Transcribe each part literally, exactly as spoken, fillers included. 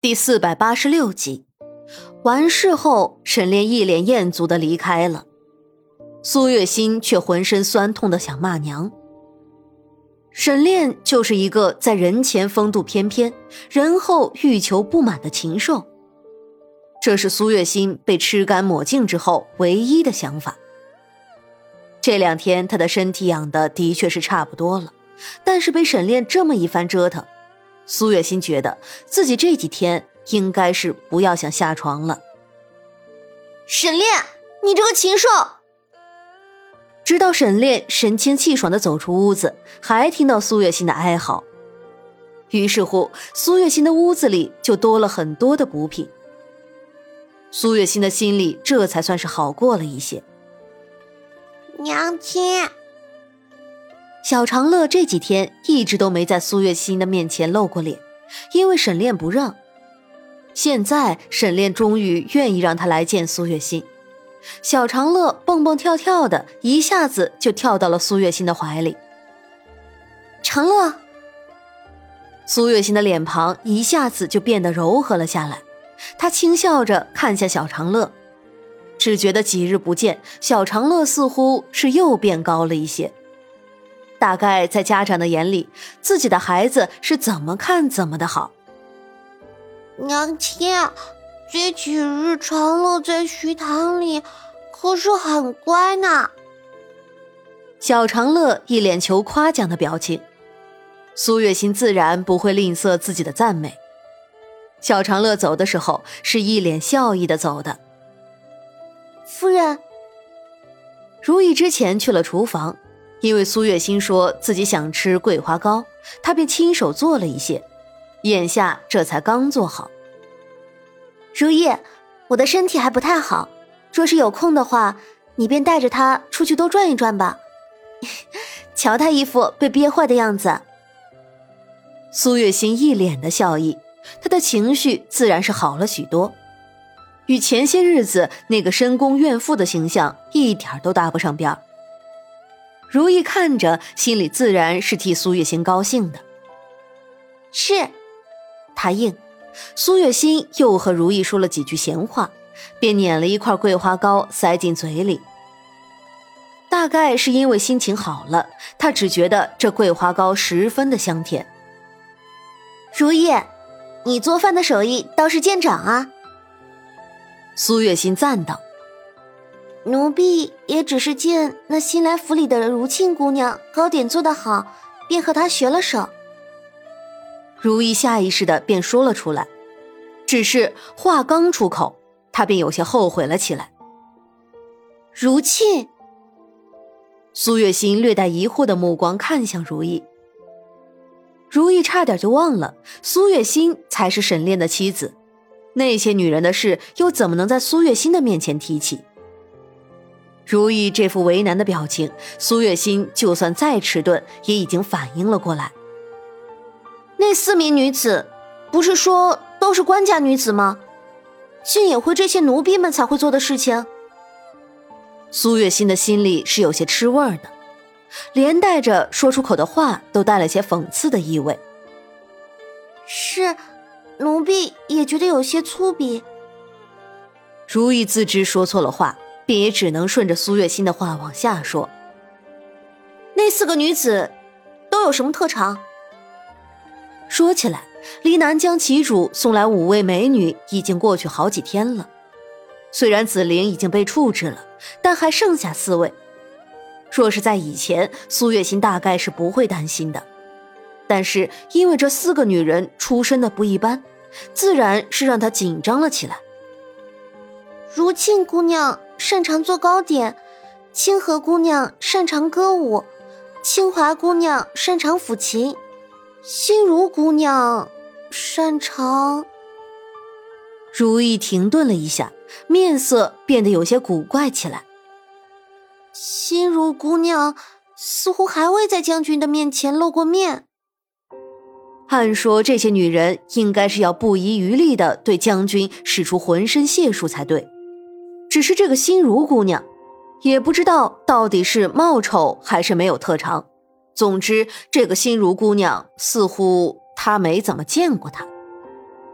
第四百八十六集。完事后，沈炼一脸厌足地离开了。苏月心却浑身酸痛地想骂娘。沈炼就是一个在人前风度翩翩，人后欲求不满的禽兽。这是苏月心被吃干抹净之后唯一的想法。这两天他的身体养得的确是差不多了，但是被沈炼这么一番折腾，苏月心觉得自己这几天应该是不要想下床了。 沈炼，你这个禽兽！ 直到沈炼神清气爽地走出屋子，还听到苏月心的哀嚎。于是乎，苏月心的屋子里就多了很多的补品。苏月心的心里这才算是好过了一些。 娘亲， 小长乐这几天一直都没在苏月心的面前露过脸，因为沈炼不让。现在沈炼终于愿意让他来见苏月心，小长乐蹦蹦跳跳的，一下子就跳到了苏月心的怀里。 长乐， 苏月心的脸庞一下子就变得柔和了下来，她轻笑着看向小长乐，只觉得几日不见，小长乐似乎是又变高了一些。大概在家长的眼里，自己的孩子是怎么看怎么的好。 娘亲，这几日长乐在徐塘里可是很乖呢。 小长乐一脸求夸奖的表情，苏月心自然不会吝啬自己的赞美。小长乐走的时候是一脸笑意的走的。 夫人， 如意之前去了厨房，因为苏月心说自己想吃桂花糕，她便亲手做了一些，眼下这才刚做好。 如意，我的身体还不太好，若是有空的话，你便带着他出去多转一转吧。瞧他一副被憋坏的样子。 苏月心一脸的笑意，她的情绪自然是好了许多，与前些日子那个深宫怨妇的形象一点都搭不上边。如意看着，心里自然是替苏月心高兴的。 是， 她应。苏月心又和如意说了几句闲话，便捻了一块桂花糕塞进嘴里。大概是因为心情好了，她只觉得这桂花糕十分的香甜。 如意，你做饭的手艺倒是见长啊。 苏月心赞道。 奴婢也只是见那新来府里的如沁姑娘糕点做得好，便和她学了手。 如意下意识地便说了出来，只是话刚出口，她便有些后悔了起来。 如沁？ 苏月心略带疑惑的目光看向如意。如意差点就忘了，苏月心才是沈炼的妻子，那些女人的事又怎么能在苏月心的面前提起？如意这副为难的表情，苏月心就算再迟钝也已经反应了过来。 那四名女子不是说都是官家女子吗？竟也会这些奴婢们才会做的事情。 苏月心的心里是有些吃味儿的，连带着说出口的话都带了些讽刺的意味。 是，奴婢也觉得有些粗鄙。 如意自知说错了话，便也只能顺着苏月心的话往下说。 那四个女子都有什么特长？ 说起来，离南疆旗主送来五位美女已经过去好几天了。虽然紫菱已经被处置了，但还剩下四位。若是在以前，苏月心大概是不会担心的，但是因为这四个女人出身的不一般，自然是让她紧张了起来。 如沁姑娘擅长做糕点，清河姑娘擅长歌舞，清华姑娘擅长抚琴，心如姑娘擅长…… 如意停顿了一下，面色变得有些古怪起来。 心如姑娘似乎还未在将军的面前露过面。 按说这些女人应该是要不遗余力地对将军使出浑身解数才对，只是这个心如姑娘，也不知道到底是貌丑还是没有特长。总之，这个心如姑娘似乎他没怎么见过她。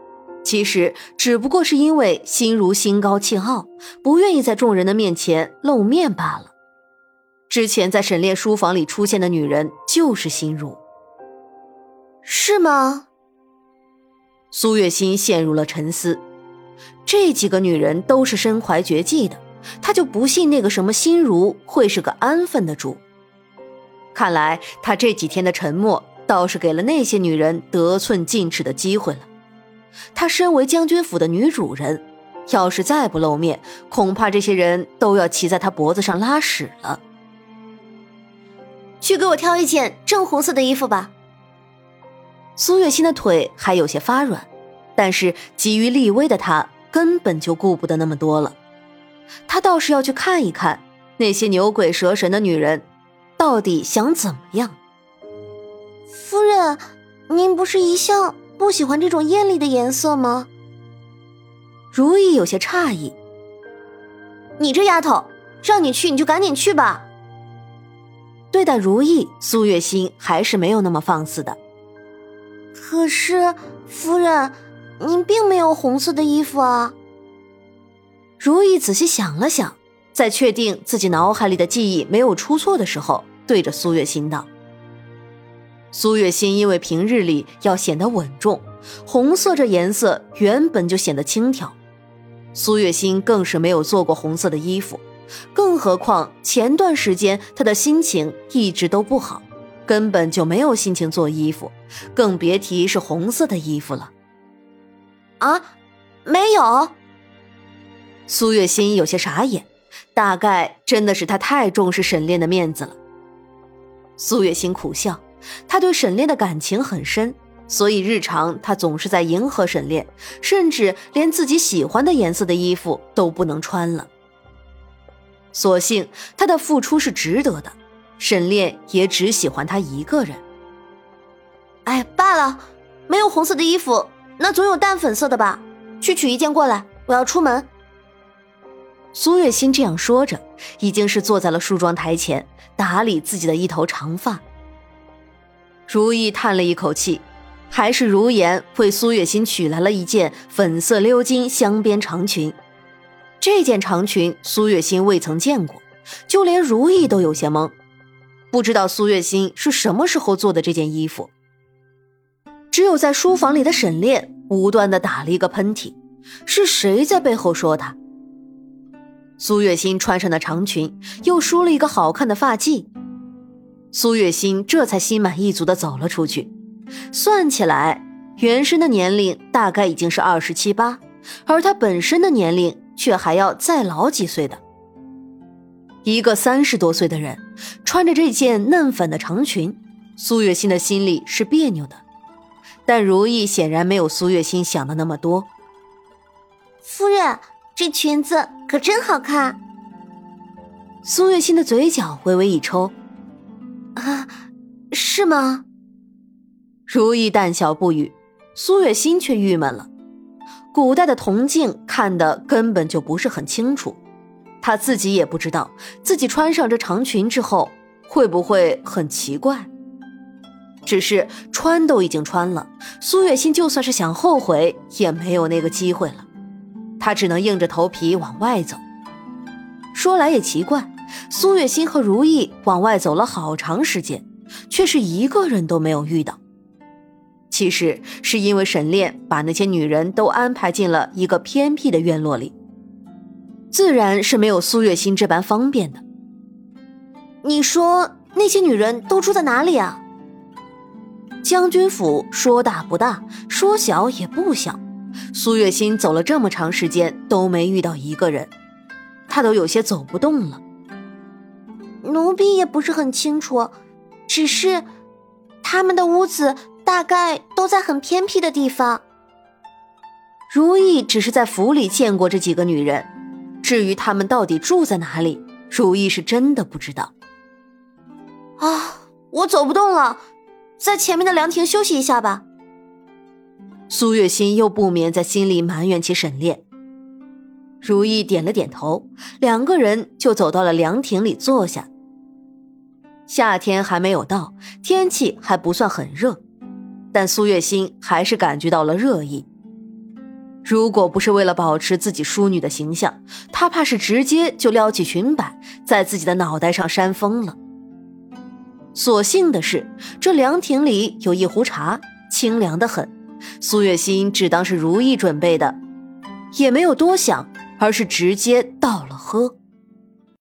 其实只不过是因为心如心高气傲，不愿意在众人的面前露面罢了。之前在沈炼书房里出现的女人就是心如。 是吗？ 苏月心陷入了沉思。这几个女人都是身怀绝技的，她就不信那个什么心如会是个安分的主。看来她这几天的沉默倒是给了那些女人得寸进尺的机会了。她身为将军府的女主人，要是再不露面，恐怕这些人都要骑在她脖子上拉屎了。 去给我挑一件正红色的衣服吧。 苏月心的腿还有些发软，但是急于立威的她根本就顾不得那么多了。她倒是要去看一看那些牛鬼蛇神的女人到底想怎么样。 夫人，您不是一向不喜欢这种艳丽的颜色吗？ 如意有些诧异。 你这丫头，让你去你就赶紧去吧。 对待如意，苏月心还是没有那么放肆的。 可是夫人，您并没有红色的衣服啊。 如意仔细想了想，在确定自己脑海里的记忆没有出错的时候，对着苏月心道。苏月心因为平日里要显得稳重，红色这颜色原本就显得轻佻，苏月心更是没有做过红色的衣服，更何况前段时间她的心情一直都不好，根本就没有心情做衣服，更别提是红色的衣服了。 啊，没有。 苏月心有些傻眼，大概真的是她太重视沈炼的面子了。苏月心苦笑，她对沈炼的感情很深，所以日常她总是在迎合沈炼，甚至连自己喜欢的颜色的衣服都不能穿了。所幸她的付出是值得的，沈炼也只喜欢她一个人。 哎，罢了，没有红色的衣服，那总有淡粉色的吧？去取一件过来，我要出门。 苏月心这样说着，已经是坐在了梳妆台前，打理自己的一头长发。如意叹了一口气，还是如言为苏月心取来了一件粉色鎏金镶边长裙。这件长裙苏月心未曾见过，就连如意都有些懵，不知道苏月心是什么时候做的这件衣服。只有在书房里的沈炼无端地打了一个喷嚏，是谁在背后说他？苏月心穿上的长裙又梳了一个好看的发髻，苏月心这才心满意足地走了出去。算起来，原身的年龄大概已经是二十七八，而他本身的年龄却还要再老几岁的。一个三十多岁的人穿着这件嫩粉的长裙，苏月心的心里是别扭的，但如意显然没有苏月心想的那么多。 夫人，这裙子可真好看。 苏月心的嘴角微微一抽。 啊，是吗？ 如意淡笑不语，苏月心却郁闷了。古代的铜镜看得根本就不是很清楚，她自己也不知道自己穿上这长裙之后会不会很奇怪。只是穿都已经穿了，苏月心就算是想后悔也没有那个机会了，她只能硬着头皮往外走。说来也奇怪，苏月心和如意往外走了好长时间，却是一个人都没有遇到。其实是因为沈炼把那些女人都安排进了一个偏僻的院落里，自然是没有苏月心这般方便的。 你说那些女人都住在哪里啊？ 将军府说大不大，说小也不小，苏月心走了这么长时间都没遇到一个人，她都有些走不动了。 奴婢也不是很清楚，只是他们的屋子大概都在很偏僻的地方。 如意只是在府里见过这几个女人，至于她们到底住在哪里，如意是真的不知道。 啊，我走不动了，在前面的凉亭休息一下吧。 苏月心又不免在心里埋怨起沈炼。如意点了点头，两个人就走到了凉亭里坐下。夏天还没有到，天气还不算很热，但苏月心还是感觉到了热意。 如果不是为了保持自己淑女的形象，他怕是直接就撩起裙摆，在自己的脑袋上扇风了。所幸的是，这凉亭里有一壶茶，清凉得很，苏月心只当是如意准备的，也没有多想，而是直接倒了喝。